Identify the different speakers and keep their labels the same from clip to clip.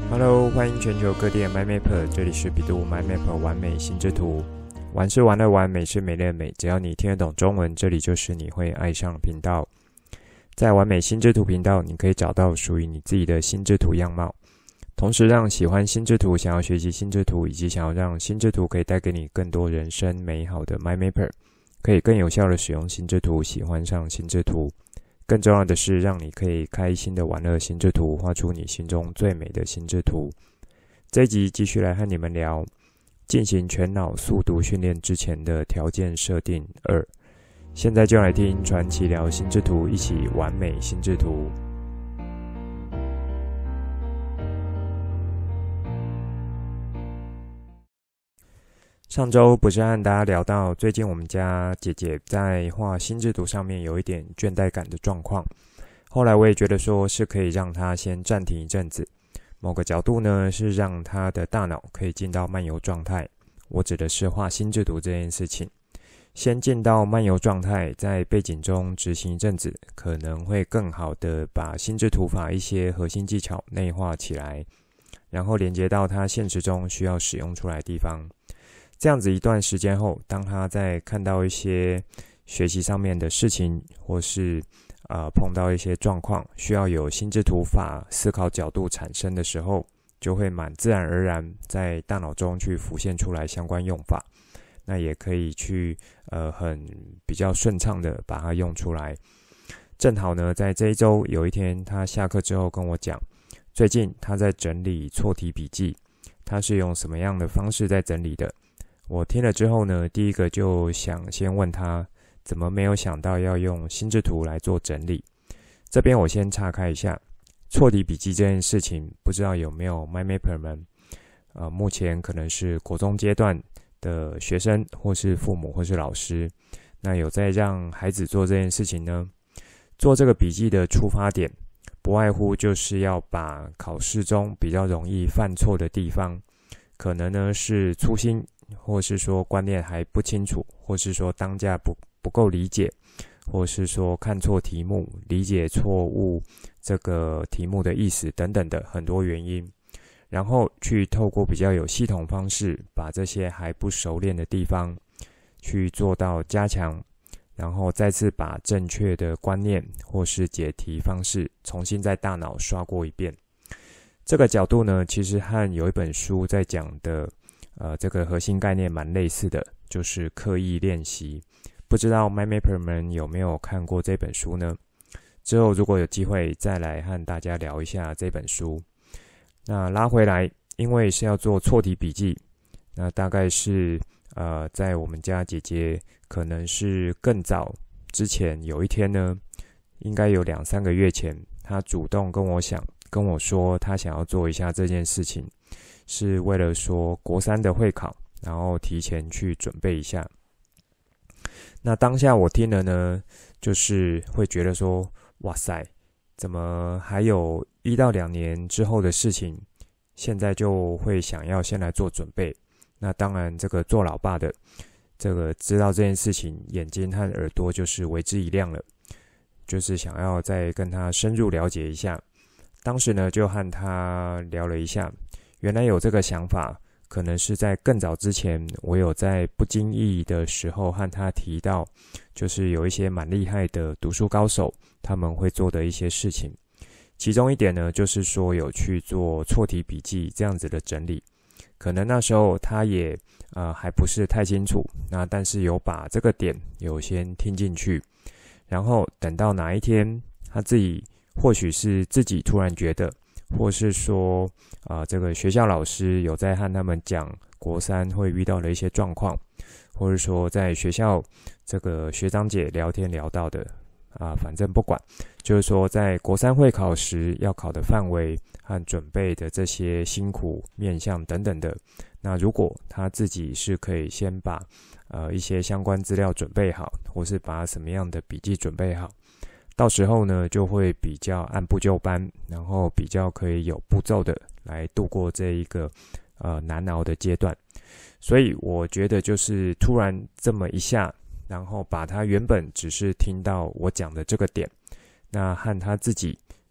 Speaker 1: Hello，欢迎全球各地的 MyMapper， 这里是比度 MyMapper 完美心智图。玩是玩的玩，美是美丽的美，只要你听得懂中文，这里就是你会爱上的频道。在完美心智图频道，你可以找到属于你自己的心智图样貌，同时让喜欢心智图、想要学习心智图，以及想要让心智图可以带给你更多人生美好的 MyMapper， 可以更有效的使用心智图，喜欢上心智图。更重要的是，让你可以开心的玩乐心智图，画出你心中最美的心智图。这一集继续来和你们聊进行全脑速读训练之前的条件设定2。现在就来听传奇聊心智图，一起完美心智图。上周不是和大家聊到，最近我们家姐姐在画心智图上面有一点倦怠感的状况。后来我也觉得说是可以让她先暂停一阵子，某个角度呢是让她的大脑可以进到漫游状态。我指的是画心智图这件事情，先进到漫游状态，在背景中执行一阵子，可能会更好的把心智图法一些核心技巧内化起来，然后连接到她现实中需要使用出来的地方。这样子一段时间后，当他在看到一些学习上面的事情，或是碰到一些状况，需要有心智图法思考角度产生的时候，就会蛮自然而然在大脑中去浮现出来相关用法。那也可以去很比较顺畅的把它用出来。正好呢，在这一周有一天，他下课之后跟我讲，最近他在整理错题笔记，他是用什么样的方式在整理的。我听了之后呢，第一个就想先问他，怎么没有想到要用心智图来做整理？这边我先岔开一下，错题笔记这件事情，不知道有没有 MyMapper 们，目前可能是国中阶段的学生，或是父母，或是老师，那有在让孩子做这件事情呢？做这个笔记的出发点，不外乎就是要把考试中比较容易犯错的地方，可能呢是粗心，或是说观念还不清楚，或是说当下不够理解，或是说看错题目，理解错误这个题目的意思等等的很多原因，然后去透过比较有系统方式，把这些还不熟练的地方去做到加强，然后再次把正确的观念或是解题方式重新在大脑刷过一遍。这个角度呢，其实和有一本书在讲的这个核心概念蛮类似的，就是刻意练习。不知道 MyMapper 们有没有看过这本书呢？之后如果有机会再来和大家聊一下这本书。那拉回来，因为是要做错题笔记，那大概是在我们家姐姐可能是更早之前有一天呢，应该有2-3个月前，她主动跟我说她想要做一下这件事情，是为了说国3的会考，然后提前去准备一下。那当下我听了呢，就是会觉得说，哇塞，怎么还有1到2年之后的事情，现在就会想要先来做准备。那当然这个做老爸的，这个知道这件事情，眼睛和耳朵就是为之一亮了，就是想要再跟他深入了解一下。当时呢，就和他聊了一下，原来有这个想法，可能是在更早之前，我有在不经意的时候和他提到，就是有一些蛮厉害的读书高手，他们会做的一些事情。其中一点呢，就是说有去做错题笔记这样子的整理。可能那时候他也还不是太清楚，那但是有把这个点有先听进去，然后等到哪一天他自己或许是自己突然觉得，或是说这个学校老师有在和他们讲国3会遇到的一些状况，或者说在学校这个学长姐聊天聊到的反正不管，就是说在国3会考时要考的范围和准备的这些辛苦面向等等的，那如果他自己是可以先把一些相关资料准备好，或是把什么样的笔记准备好，到时候呢就会比较按部就班，然后比较可以有步骤的来度过这一个难熬的阶段。所以我觉得就是突然这么一下，然后把他原本只是听到我讲的这个点，那和他自己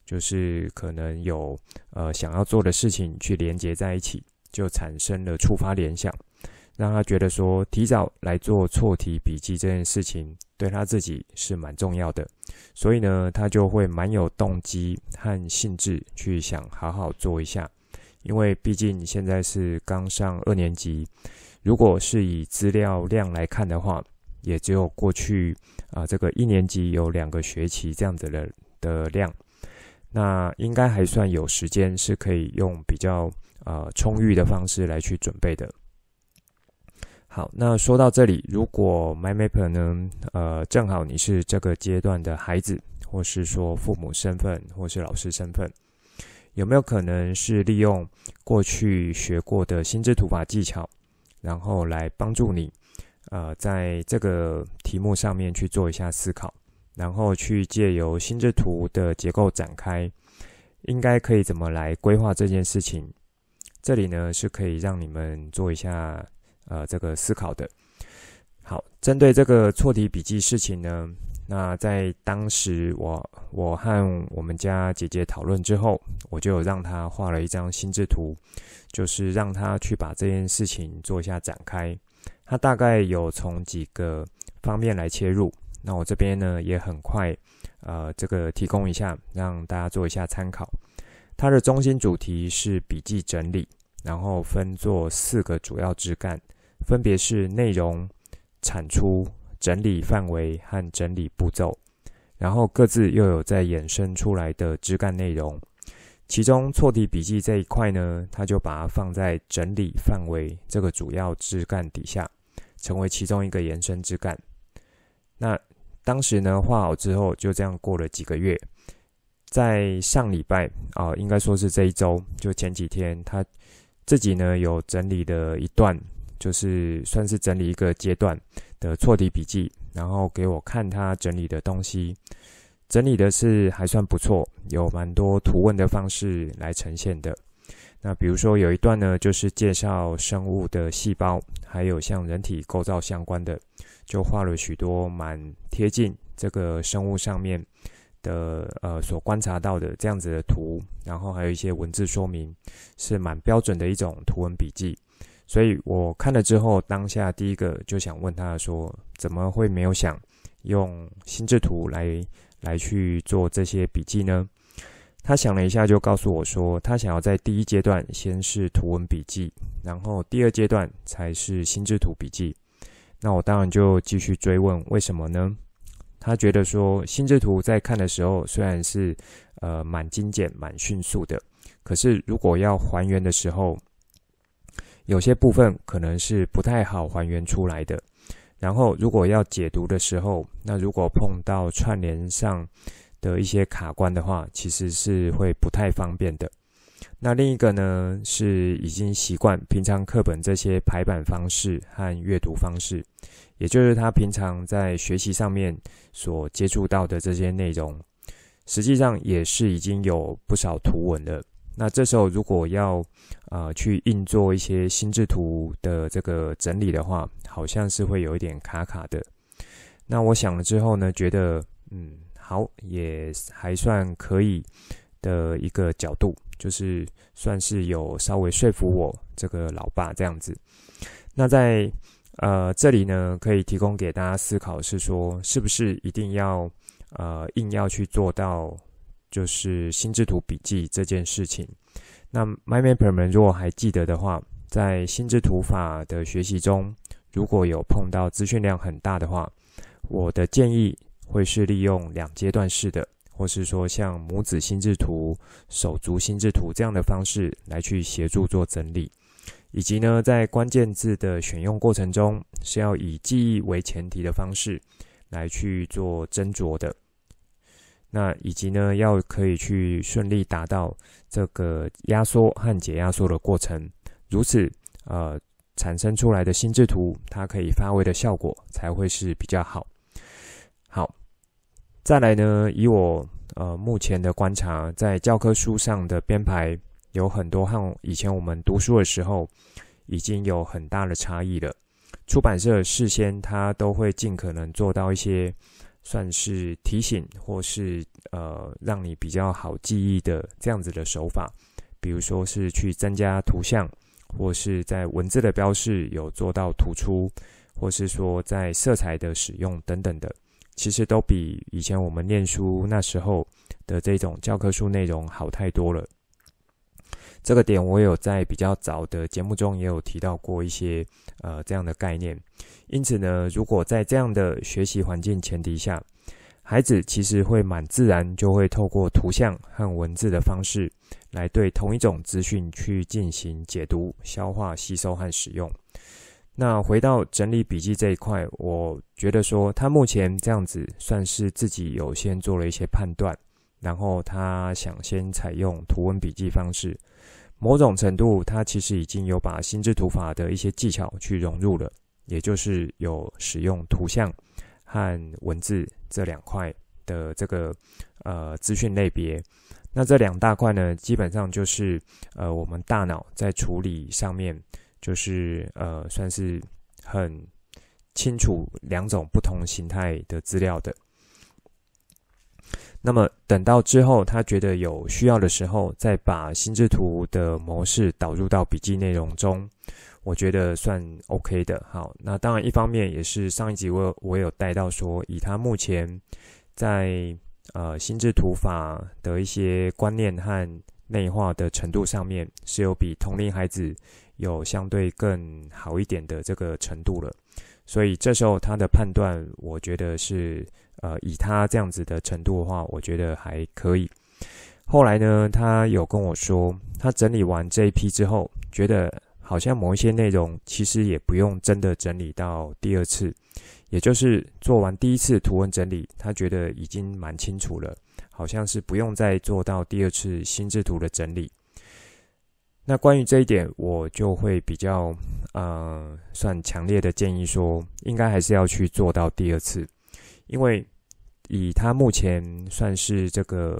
Speaker 1: 就是可能有想要做的事情去连接在一起，就产生了触发联想，让他觉得说提早来做错题笔记这件事情对他自己是蛮重要的，所以呢他就会蛮有动机和兴致去想好好做一下。因为毕竟现在是刚上2年级，如果是以资料量来看的话，也只有过去这个1年级有2个学期这样子的量，那应该还算有时间是可以用比较充裕的方式来去准备的。好，那说到这里，如果 MyMapper 呢正好你是这个阶段的孩子，或是说父母身份或是老师身份，有没有可能是利用过去学过的心智图法技巧，然后来帮助你在这个题目上面去做一下思考，然后去借由心智图的结构展开，应该可以怎么来规划这件事情？这里呢是可以让你们做一下这个思考的。好，针对这个错题笔记事情呢，那在当时我和我们家姐姐讨论之后，我就有让她画了一张心智图，就是让她去把这件事情做一下展开。她大概有从几个方面来切入，那我这边呢也很快这个提供一下，让大家做一下参考。它的中心主题是笔记整理，然后分作4个主要枝干，分别是内容、产出、整理范围和整理步骤，然后各自又有在衍生出来的枝干内容。其中错题笔记这一块呢，它就把它放在整理范围这个主要枝干底下，成为其中一个延伸枝干。那当时呢画好之后，就这样过了几个月，在上礼拜应该说是这一周，就前几天，他自己呢有整理的一段，就是算是整理一个阶段的错题笔记，然后给我看他整理的东西，整理的是还算不错，有蛮多图文的方式来呈现的。那比如说有一段呢，就是介绍生物的细胞，还有像人体构造相关的，就画了许多蛮贴近这个生物上面的所观察到的这样子的图，然后还有一些文字说明，是蛮标准的一种图文笔记。所以我看了之后，当下第一个就想问他说，怎么会没有想用心智图来去做这些笔记呢？他想了一下，就告诉我说，他想要在第一阶段先是图文笔记，然后第二阶段才是心智图笔记。那我当然就继续追问，为什么呢？他觉得说，心智图在看的时候虽然是蛮精简、蛮迅速的，可是如果要还原的时候，有些部分可能是不太好还原出来的。然后如果要解读的时候，那如果碰到串联上的一些卡关的话，其实是会不太方便的。那另一个呢，是已经习惯平常课本这些排版方式和阅读方式，也就是他平常在学习上面所接触到的这些内容，实际上也是已经有不少图文了。那这时候如果要去硬做一些心智图的这个整理的话，好像是会有一点卡卡的。那我想了之后呢，觉得好，也还算可以的一个角度，就是算是有稍微说服我这个老爸这样子。那在这里呢，可以提供给大家思考是说，是不是一定要硬要去做到就是心智图笔记这件事情。那 MyMapper 们如果还记得的话，在心智图法的学习中，如果有碰到资讯量很大的话，我的建议会是利用2阶段式的，或是说像母子心智图、手足心智图这样的方式来去协助做整理，以及呢在关键字的选用过程中是要以记忆为前提的方式来去做斟酌的。那以及呢要可以去顺利达到这个压缩和解压缩的过程，如此产生出来的心智图它可以发挥的效果才会是比较好。好，再来呢，以我目前的观察，在教科书上的编排有很多和以前我们读书的时候已经有很大的差异了。出版社事先它都会尽可能做到一些算是提醒或是让你比较好记忆的这样子的手法，比如说是去增加图像，或是在文字的标示有做到突出，或是说在色彩的使用等等的，其实都比以前我们念书那时候的这种教科书内容好太多了。这个点我有在比较早的节目中也有提到过一些这样的概念。因此呢，如果在这样的学习环境前提下，孩子其实会蛮自然就会透过图像和文字的方式来对同一种资讯去进行解读、消化、吸收和使用。那回到整理笔记这一块，我觉得说他目前这样子算是自己有先做了一些判断，然后他想先采用图文笔记方式，某种程度他其实已经有把心智图法的一些技巧去融入了，也就是有使用图像和文字这两块的这个资讯类别。那这两大块呢，基本上就是我们大脑在处理上面就是算是很清楚两种不同形态的资料的。那么等到之后他觉得有需要的时候，再把心智图的模式导入到笔记内容中，我觉得算 OK 的。好，那当然一方面也是上一集我有带到说，以他目前在心智图法的一些观念和内化的程度上面，是有比同龄孩子有相对更好一点的这个程度了。所以这时候他的判断，我觉得是以他这样子的程度的话，我觉得还可以。后来呢，他有跟我说，他整理完这一批之后，觉得好像某一些内容其实也不用真的整理到第二次，也就是做完第一次图文整理，他觉得已经蛮清楚了，好像是不用再做到第二次心智图的整理。那关于这一点，我就会比较算强烈的建议说，应该还是要去做到第二次，因为以他目前算是这个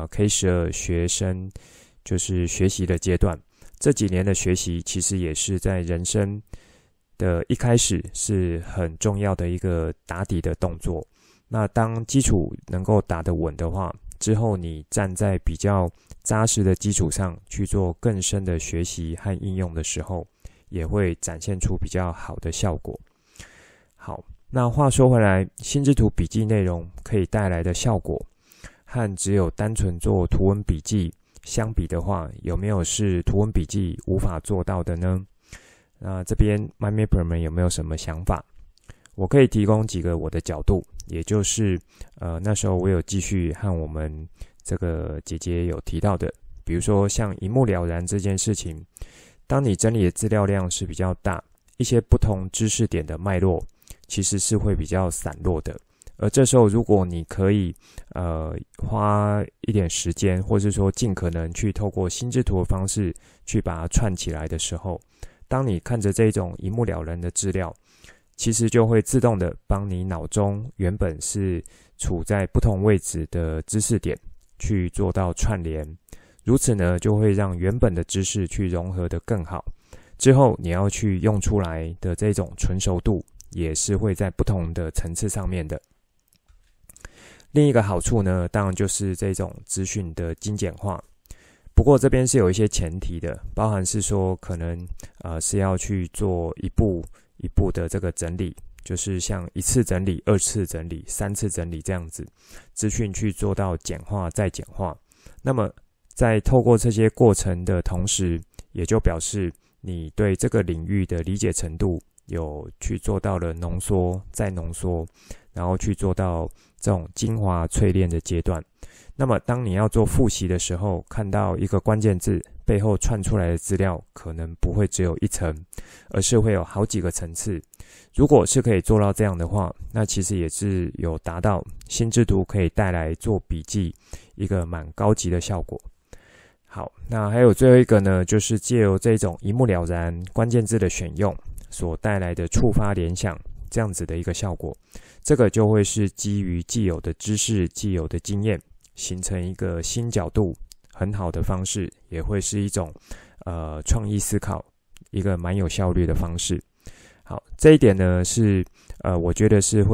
Speaker 1: K12 学生就是学习的阶段，这几年的学习其实也是在人生的一开始是很重要的一个打底的动作。那当基础能够打得稳的话，之后你站在比较扎实的基础上去做更深的学习和应用的时候，也会展现出比较好的效果。好，那话说回来，心智图笔记内容可以带来的效果和只有单纯做图文笔记相比的话，有没有是图文笔记无法做到的呢？那这边 MyMapper 们有没有什么想法？我可以提供几个我的角度，也就是那时候我有继续和我们这个姐姐有提到的，比如说像一目了然这件事情，当你整理的资料量是比较大，一些不同知识点的脉络其实是会比较散落的，而这时候如果你可以花一点时间，或是说尽可能去透过心智图的方式去把它串起来的时候，当你看着这种一目了然的资料，其实就会自动的帮你脑中原本是处在不同位置的知识点去做到串联，如此呢就会让原本的知识去融合得更好，之后你要去用出来的这种纯熟度也是会在不同的层次上面的。另一个好处呢，当然就是这种资讯的精简化，不过这边是有一些前提的，包含是说可能是要去做一步一步的这个整理，就是像一次整理、二次整理、三次整理这样子，资讯去做到简化再简化。那么在透过这些过程的同时，也就表示你对这个领域的理解程度有去做到了浓缩再浓缩，然后去做到这种精华淬炼的阶段。那么当你要做复习的时候，看到一个关键字背后串出来的资料可能不会只有一层，而是会有好几个层次。如果是可以做到这样的话，那其实也是有达到心智图可以带来做笔记一个蛮高级的效果。好，那还有最后一个呢，就是借由这种一目了然关键字的选用所带来的触发联想这样子的一个效果，这个就会是基于既有的知识、既有的经验，形成一个新角度很好的方式，也会是一种创意思考，一个蛮有效率的方式。好，这一点呢是我觉得是会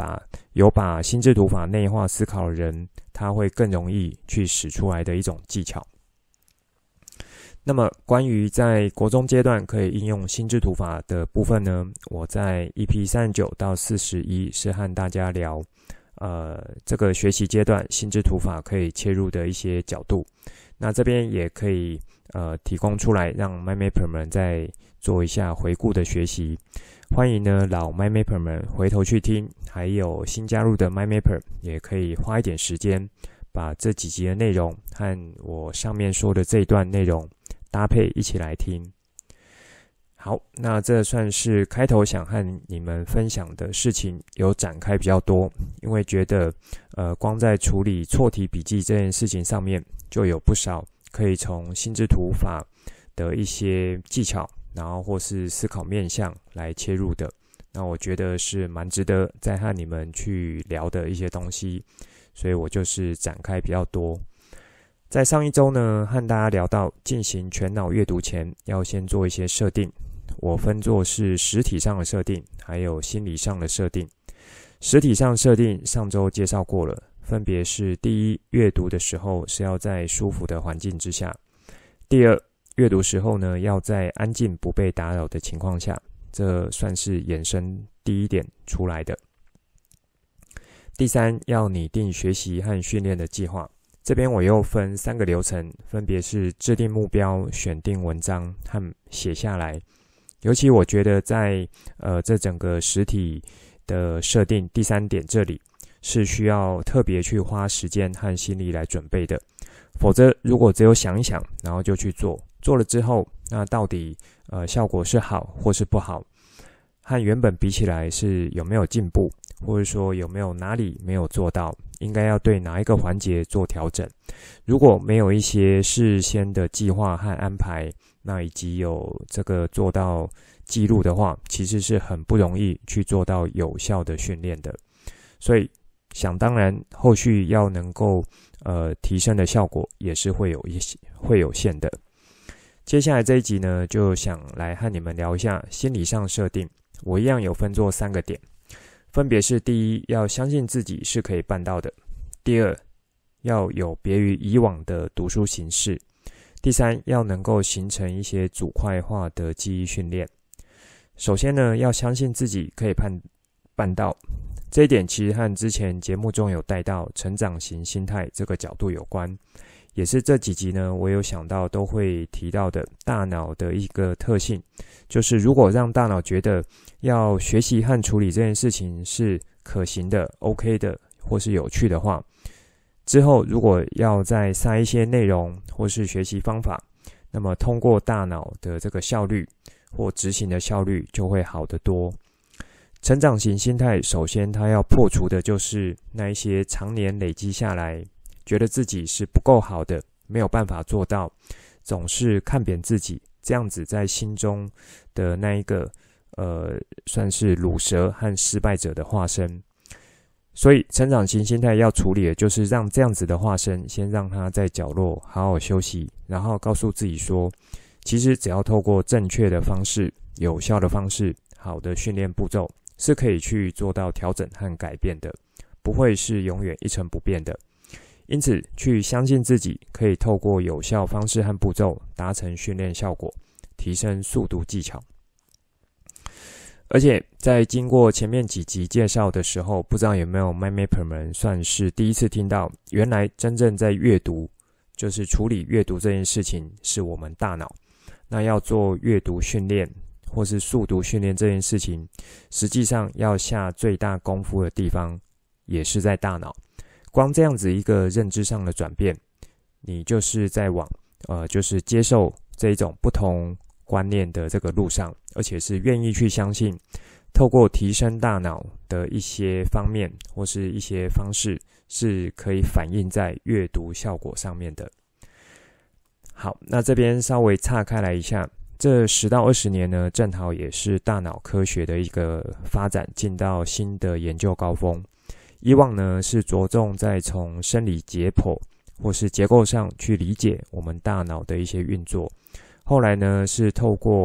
Speaker 1: 把心智图法内化思考的人，他会更容易去使出来的一种技巧。那么关于在国中阶段可以应用心智图法的部分呢，我在 EP 39到41是和大家聊这个学习阶段心智图法可以切入的一些角度。那这边也可以提供出来让 MyMapper 们再做一下回顾的学习。欢迎呢老 MyMapper 们回头去听，还有新加入的 MyMapper 也可以花一点时间把这几集的内容和我上面说的这一段内容搭配一起来听。好，那这算是开头想和你们分享的事情有展开比较多，因为觉得光在处理错题笔记这件事情上面就有不少可以从心智图法的一些技巧，然后或是思考面向来切入的，那我觉得是蛮值得再和你们去聊的一些东西，所以我就是展开比较多。在上一周呢，和大家聊到进行全脑阅读前要先做一些设定，我分作是实体上的设定还有心理上的设定。实体上设定上周介绍过了，分别是第一，阅读的时候是要在舒服的环境之下；第二，阅读时候呢要在安静不被打扰的情况下，这算是衍生第一点出来的。第三，要拟定学习和训练的计划，这边我又分3个流程，分别是制定目标、选定文章和写下来。尤其我觉得在这整个实体的设定第3点这里是需要特别去花时间和心力来准备的，否则如果只有想一想然后就去做，做了之后那到底效果是好或是不好，和原本比起来是有没有进步，或者说有没有哪里没有做到，应该要对哪一个环节做调整。如果没有一些事先的计划和安排，那以及有这个做到记录的话，其实是很不容易去做到有效的训练的。所以想当然后续要能够提升的效果也是会有限的。接下来这一集呢，就想来和你们聊一下心理上设定，我一样有分作3个点，分别是第一，要相信自己是可以办到的；第二，要有别于以往的读书形式；第三，要能够形成一些组块化的记忆训练。首先呢，要相信自己可以办到，这一点其实和之前节目中有带到成长型心态这个角度有关，也是这几集呢我有想到都会提到的大脑的一个特性，就是如果让大脑觉得要学习和处理这件事情是可行的 OK 的或是有趣的话，之后如果要再塞一些内容或是学习方法，那么通过大脑的这个效率或执行的效率就会好得多。成长型心态首先它要破除的就是那一些常年累积下来觉得自己是不够好的，没有办法做到，总是看扁自己，这样子在心中的那一个算是鲁蛇和失败者的化身。所以成长型心态要处理的就是让这样子的化身先让他在角落好好休息，然后告诉自己说，其实只要透过正确的方式、有效的方式、好的训练步骤，是可以去做到调整和改变的，不会是永远一成不变的。因此去相信自己可以透过有效方式和步骤达成训练效果，提升速读技巧。而且在经过前面几集介绍的时候，不知道有没有 MyMapper 们算是第一次听到，原来真正在阅读，就是处理阅读这件事情是我们大脑。那要做阅读训练或是速读训练这件事情，实际上要下最大功夫的地方也是在大脑。光这样子一个认知上的转变，你就是在往就是接受这一种不同观念的这个路上，而且是愿意去相信透过提升大脑的一些方面或是一些方式是可以反映在阅读效果上面的。好，那这边稍微岔开来一下，这10到20年呢，正好也是大脑科学的一个发展进到新的研究高峰。以往呢是着重在从生理解剖或是结构上去理解我们大脑的一些运作，后来呢是透过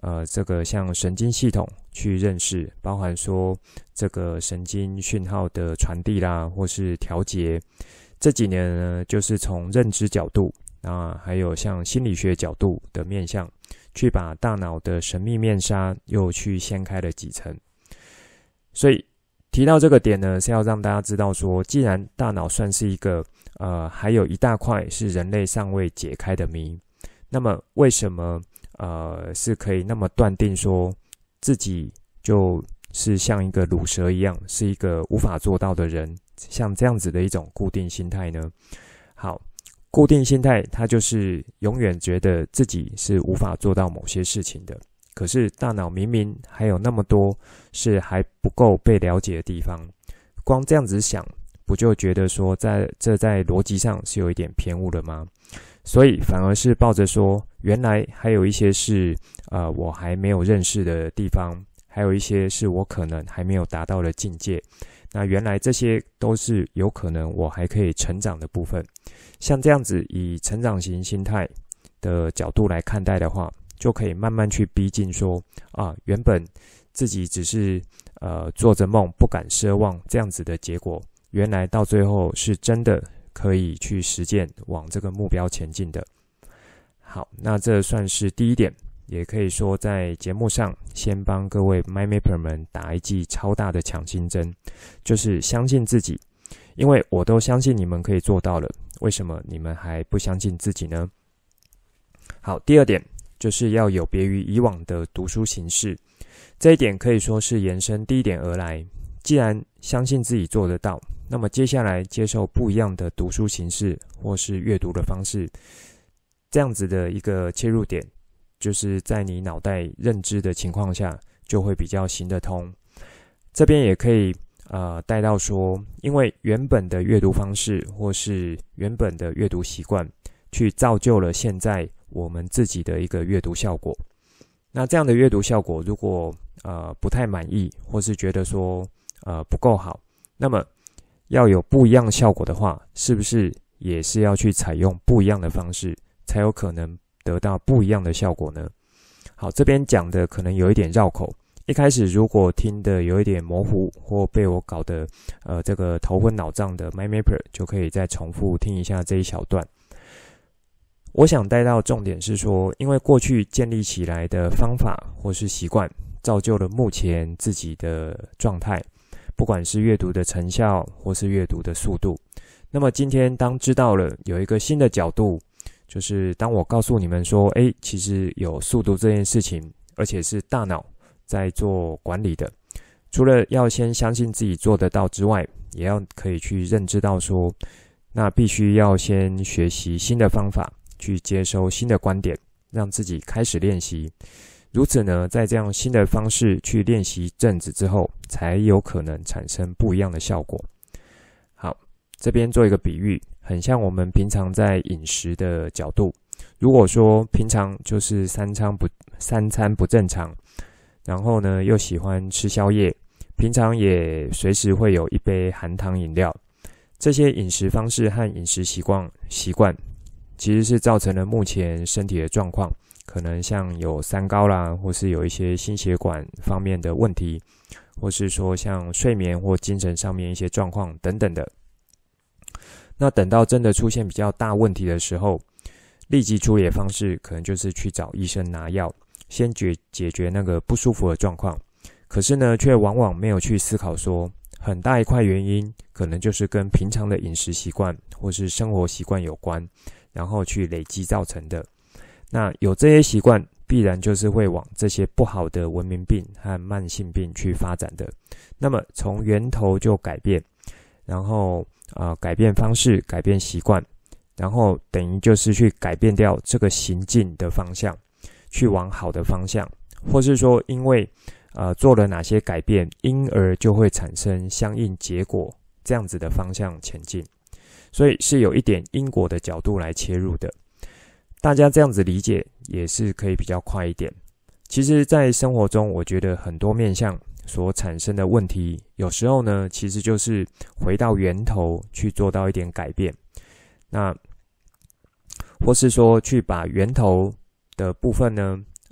Speaker 1: 这个像神经系统去认识，包含说这个神经讯号的传递啦，或是调节。这几年呢，就是从认知角度还有像心理学角度的面向，去把大脑的神秘面纱又去掀开了几层。所以提到这个点呢，是要让大家知道说，既然大脑算是一个还有一大块是人类尚未解开的谜，那么为什么是可以那么断定说自己就是像一个乳蛇一样，是一个无法做到的人，像这样子的一种固定心态呢？好，固定心态它就是永远觉得自己是无法做到某些事情的，可是大脑明明还有那么多是还不够被了解的地方，光这样子想，不就觉得说这在逻辑上是有一点偏误了吗？所以反而是抱着说，原来还有一些是我还没有认识的地方，还有一些是我可能还没有达到的境界。那原来这些都是有可能我还可以成长的部分。像这样子以成长型心态的角度来看待的话，就可以慢慢去逼近说原本自己只是做着梦不敢奢望这样子的结果，原来到最后是真的可以去实践，往这个目标前进的。好，那这算是第一点，也可以说在节目上先帮各位 MyMapper 们打一剂超大的强心针，就是相信自己，因为我都相信你们可以做到了，为什么你们还不相信自己呢？好，第二点就是要有别于以往的读书形式，这一点可以说是延伸第一点而来。既然相信自己做得到，那么接下来接受不一样的读书形式或是阅读的方式，这样子的一个切入点，就是在你脑袋认知的情况下就会比较行得通。这边也可以带到说，因为原本的阅读方式或是原本的阅读习惯去造就了现在我们自己的一个阅读效果。那这样的阅读效果如果不太满意，或是觉得说不够好，那么要有不一样的效果的话，是不是也是要去采用不一样的方式，才有可能得到不一样的效果呢？好，这边讲的可能有一点绕口，一开始如果听的有一点模糊，或被我搞得这个头昏脑胀的 MyMapper 就可以再重复听一下这一小段。我想带到重点是说，因为过去建立起来的方法或是习惯，造就了目前自己的状态，不管是阅读的成效或是阅读的速度。那么今天当知道了有一个新的角度，就是当我告诉你们说其实有速读这件事情，而且是大脑在做管理的，除了要先相信自己做得到之外，也要可以去认知到说，那必须要先学习新的方法，去接收新的观点，让自己开始练习。如此呢，在这样新的方式去练习一阵子之后，才有可能产生不一样的效果。好，这边做一个比喻，很像我们平常在饮食的角度。如果说平常就是三餐不正常，然后呢又喜欢吃宵夜，平常也随时会有一杯含糖饮料，这些饮食方式和饮食习惯其实是造成了目前身体的状况，可能像有三高啦，或是有一些心血管方面的问题，或是说像睡眠或精神上面一些状况等等的。那等到真的出现比较大问题的时候，立即处理的方式可能就是去找医生拿药，先解决那个不舒服的状况。可是呢，却往往没有去思考说，很大一块原因可能就是跟平常的饮食习惯或是生活习惯有关，然后去累积造成的。那有这些习惯，必然就是会往这些不好的文明病和慢性病去发展的。那么从源头就改变，然后改变方式，改变习惯，然后等于就是去改变掉这个行进的方向，去往好的方向，或是说因为做了哪些改变，因而就会产生相应结果，这样子的方向前进。所以是有一点因果的角度来切入的。大家这样子理解也是可以比较快一点。其实在生活中，我觉得很多面向所产生的问题，有时候呢其实就是回到源头去做到一点改变，那或是说去把源头的部分呢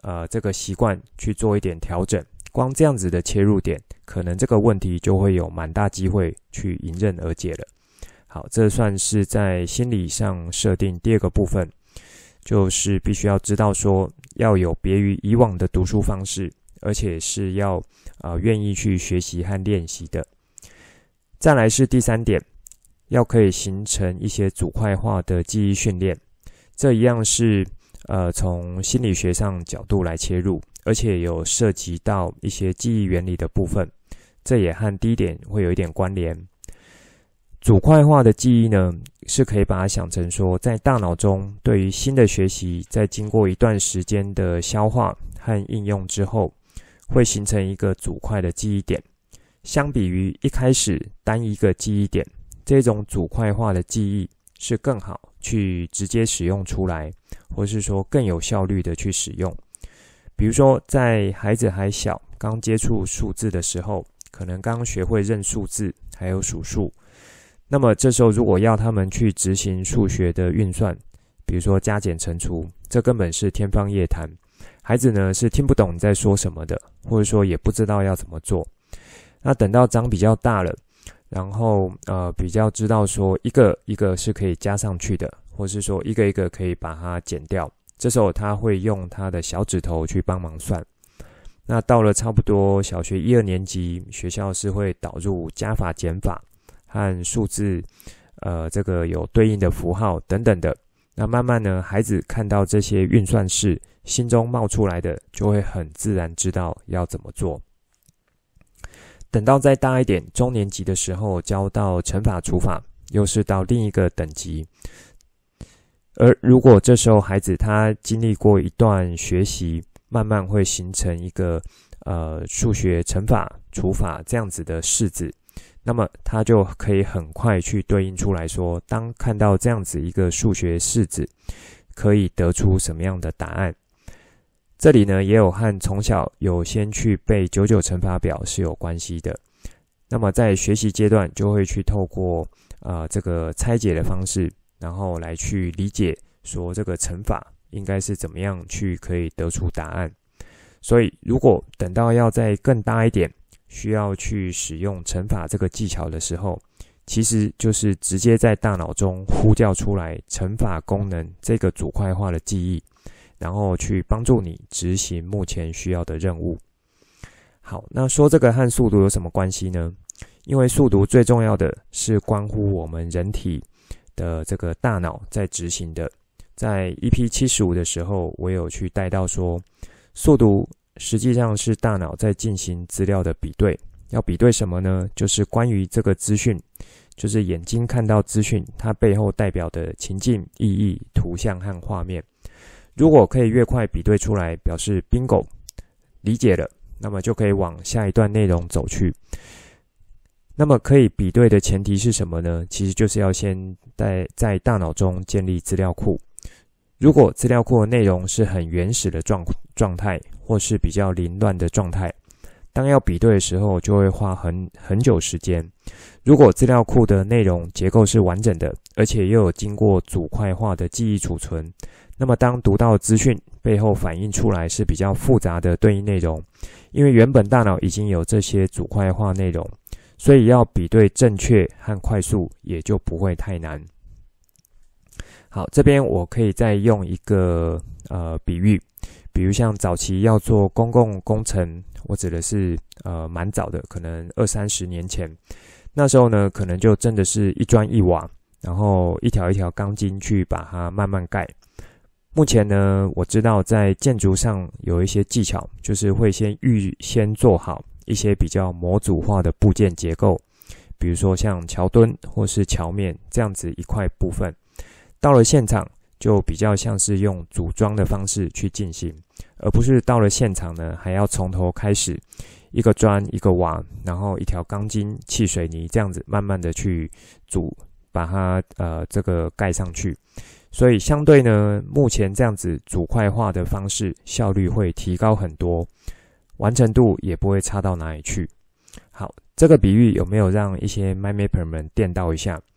Speaker 1: 这个习惯去做一点调整，光这样子的切入点，可能这个问题就会有蛮大机会去迎刃而解了。好，这算是在心理上设定第二个部分，就是必须要知道说要有别于以往的读书方式，而且是要愿意去学习和练习的。再来是第3点，要可以形成一些组块化的记忆训练，这一样是从心理学上角度来切入，而且有涉及到一些记忆原理的部分，这也和第一点会有一点关联。组块化的记忆呢，是可以把它想成说，在大脑中对于新的学习，在经过一段时间的消化和应用之后，会形成一个组块的记忆点。相比于一开始单一个记忆点，这种组块化的记忆是更好去直接使用出来，或是说更有效率的去使用。比如说在孩子还小，刚接触数字的时候，可能刚学会认数字还有数数，那么这时候如果要他们去执行数学的运算，比如说加减乘除，这根本是天方夜谭，孩子呢是听不懂你在说什么的，或者说也不知道要怎么做。那等到长比较大了，然后比较知道说一个一个是可以加上去的，或是说一个一个可以把它减掉，这时候他会用他的小指头去帮忙算。那到了差不多小学1、2年级，学校是会导入加法减法和数字这个有对应的符号等等的。那慢慢呢，孩子看到这些运算式，心中冒出来的就会很自然知道要怎么做。等到再大一点，中年级的时候，教到乘法除法，又是到另一个等级。而如果这时候孩子他经历过一段学习，慢慢会形成一个数学乘法除法这样子的式子，那么他就可以很快去对应出来说，当看到这样子一个数学式子，可以得出什么样的答案。这里呢也有和从小有先去背99乘法表是有关系的。那么在学习阶段就会去透过这个拆解的方式，然后来去理解说这个乘法应该是怎么样去可以得出答案。所以如果等到要再更大一点，需要去使用乘法这个技巧的时候，其实就是直接在大脑中呼叫出来乘法功能这个组块化的记忆，然后去帮助你执行目前需要的任务。好，那说这个和速读有什么关系呢？因为速读最重要的是关乎我们人体的这个大脑在执行的。在 EP75 的时候，我有去带到说，速读实际上是大脑在进行资料的比对。要比对什么呢？就是关于这个资讯，就是眼睛看到资讯，它背后代表的情境、意义、图像和画面。如果可以越快比对出来，表示 bingo 理解了，那么就可以往下一段内容走去。那么可以比对的前提是什么呢？其实就是要先在大脑中建立资料库。如果资料库的内容是很原始的状态，或是比较凌乱的状态，当要比对的时候就会花很久时间。如果资料库的内容结构是完整的，而且又有经过组块化的记忆储存，那么当读到资讯背后反映出来是比较复杂的对应内容，因为原本大脑已经有这些组块化内容，所以要比对正确和快速也就不会太难。好，这边我可以再用一个比喻，比如像早期要做公共工程，我指的是蛮早的，可能20-30年前，那时候呢可能就真的是一砖一瓦，然后一条一条钢筋去把它慢慢盖。目前呢，我知道在建筑上有一些技巧，就是会预先做好一些比较模组化的部件结构，比如说像桥墩或是桥面这样子一块部分。到了现场就比较像是用组装的方式去进行，而不是到了现场呢还要从头开始，一个砖一个瓦，然后一条钢筋砌水泥这样子慢慢的去把它这个盖上去。所以相对呢，目前这样子组块化的方式效率会提高很多，完成度也不会差到哪里去。好，这个比喻有没有让一些 MyMapper 们电到一下？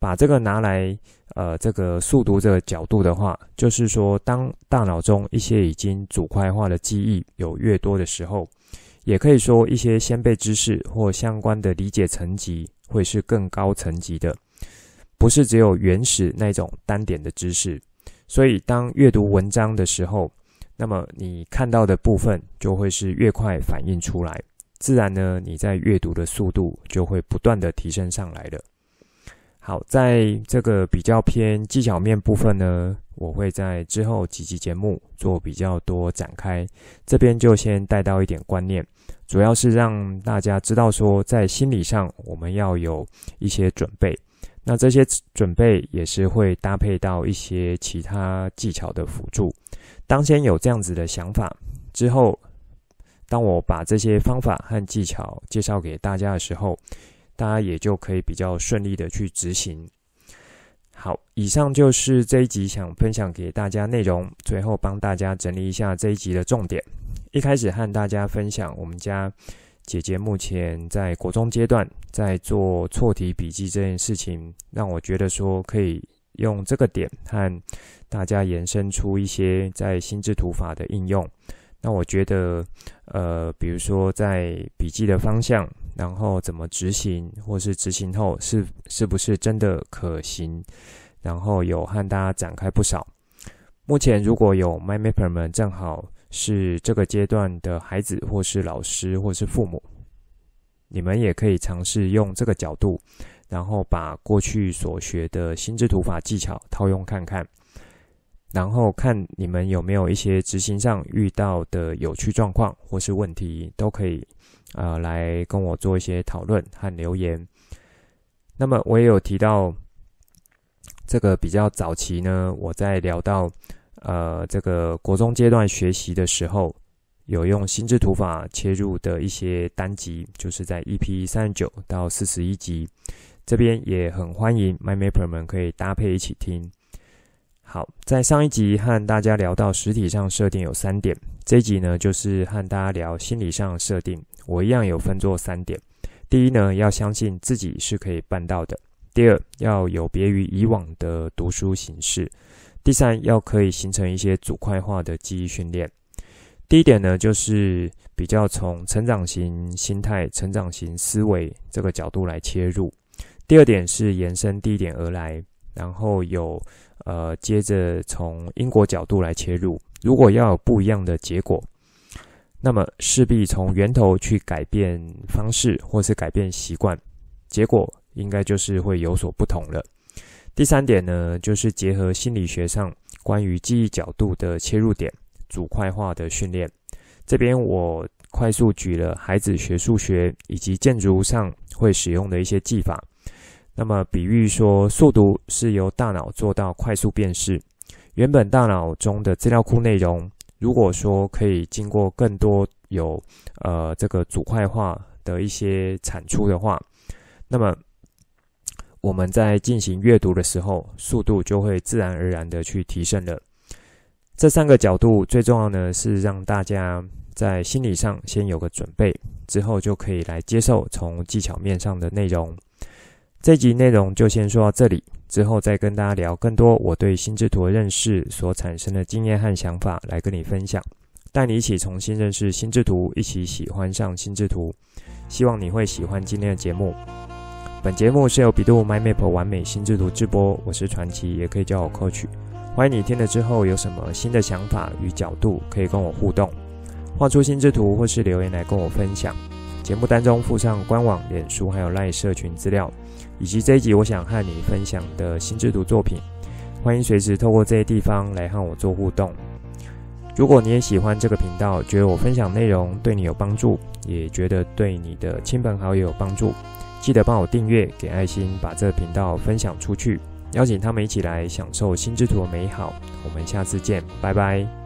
Speaker 1: 把这个拿来这个速读这个角度的话，就是说当大脑中一些已经组块化的记忆有越多的时候，也可以说一些先辈知识或相关的理解层级会是更高层级的，不是只有原始那种单点的知识。所以当阅读文章的时候，那么你看到的部分就会是越快反映出来，自然呢你在阅读的速度就会不断的提升上来了。好，在这个比较偏技巧面部分呢，我会在之后几集节目做比较多展开，这边就先带到一点观念，主要是让大家知道说在心理上我们要有一些准备，那这些准备也是会搭配到一些其他技巧的辅助。当先有这样子的想法之后，当我把这些方法和技巧介绍给大家的时候，大家也就可以比较顺利的去执行。好，以上就是这一集想分享给大家内容，最后帮大家整理一下这一集的重点。一开始和大家分享我们家姐姐目前在国中阶段在做错题笔记这件事情，让我觉得说可以用这个点和大家延伸出一些在心智图法的应用。那我觉得比如说在笔记的方向，然后怎么执行，或是执行后是不是真的可行，然后有和大家展开不少。目前如果有 MyMapper 们正好是这个阶段的孩子，或是老师，或是父母，你们也可以尝试用这个角度，然后把过去所学的心智图法技巧套用看看，然后看你们有没有一些执行上遇到的有趣状况或是问题，都可以来跟我做一些讨论和留言。那么我也有提到这个比较早期呢，我在聊到这个国中阶段学习的时候，有用心智图法切入的一些单集，就是在 EP 39到41集，这边也很欢迎 MyMapper 们可以搭配一起听。好，在上一集和大家聊到实体上设定有3点，这一集呢就是和大家聊心理上设定，我一样有分作3点。第一呢，要相信自己是可以办到的；第二，要有别于以往的读书形式；第三，要可以形成一些组块化的记忆训练。第一点呢，就是比较从成长型心态、成长型思维这个角度来切入；第二点是延伸第一点而来，然后有接着从因果角度来切入。如果要有不一样的结果，那么势必从源头去改变方式或是改变习惯，结果应该就是会有所不同了。第三点呢，就是结合心理学上关于记忆角度的切入点，组块化的训练。这边我快速举了孩子学数学以及建筑上会使用的一些技法。那么比喻说，速读是由大脑做到快速辨识，原本大脑中的资料库内容，如果说可以经过更多有这个组块化的一些产出的话，那么我们在进行阅读的时候，速度就会自然而然的去提升了。这3个角度最重要呢，是让大家在心理上先有个准备，之后就可以来接受从技巧面上的内容。这集内容就先说到这里，之后再跟大家聊更多我对心智图的认识所产生的经验和想法来跟你分享，带你一起重新认识心智图，一起喜欢上心智图。希望你会喜欢今天的节目。本节目是由比度 MyMap 完美心智图制播，我是传奇，也可以叫我 Coach。欢迎你听了之后有什么新的想法与角度，可以跟我互动，画出心智图或是留言来跟我分享。节目单中附上官网、脸书还有 LINE 社群资料，以及这一集我想和你分享的心智图作品，欢迎随时透过这些地方来和我做互动。如果你也喜欢这个频道，觉得我分享内容对你有帮助，也觉得对你的亲朋好友有帮助，记得帮我订阅、给爱心，把这个频道分享出去，邀请他们一起来享受心智图的美好。我们下次见，拜拜。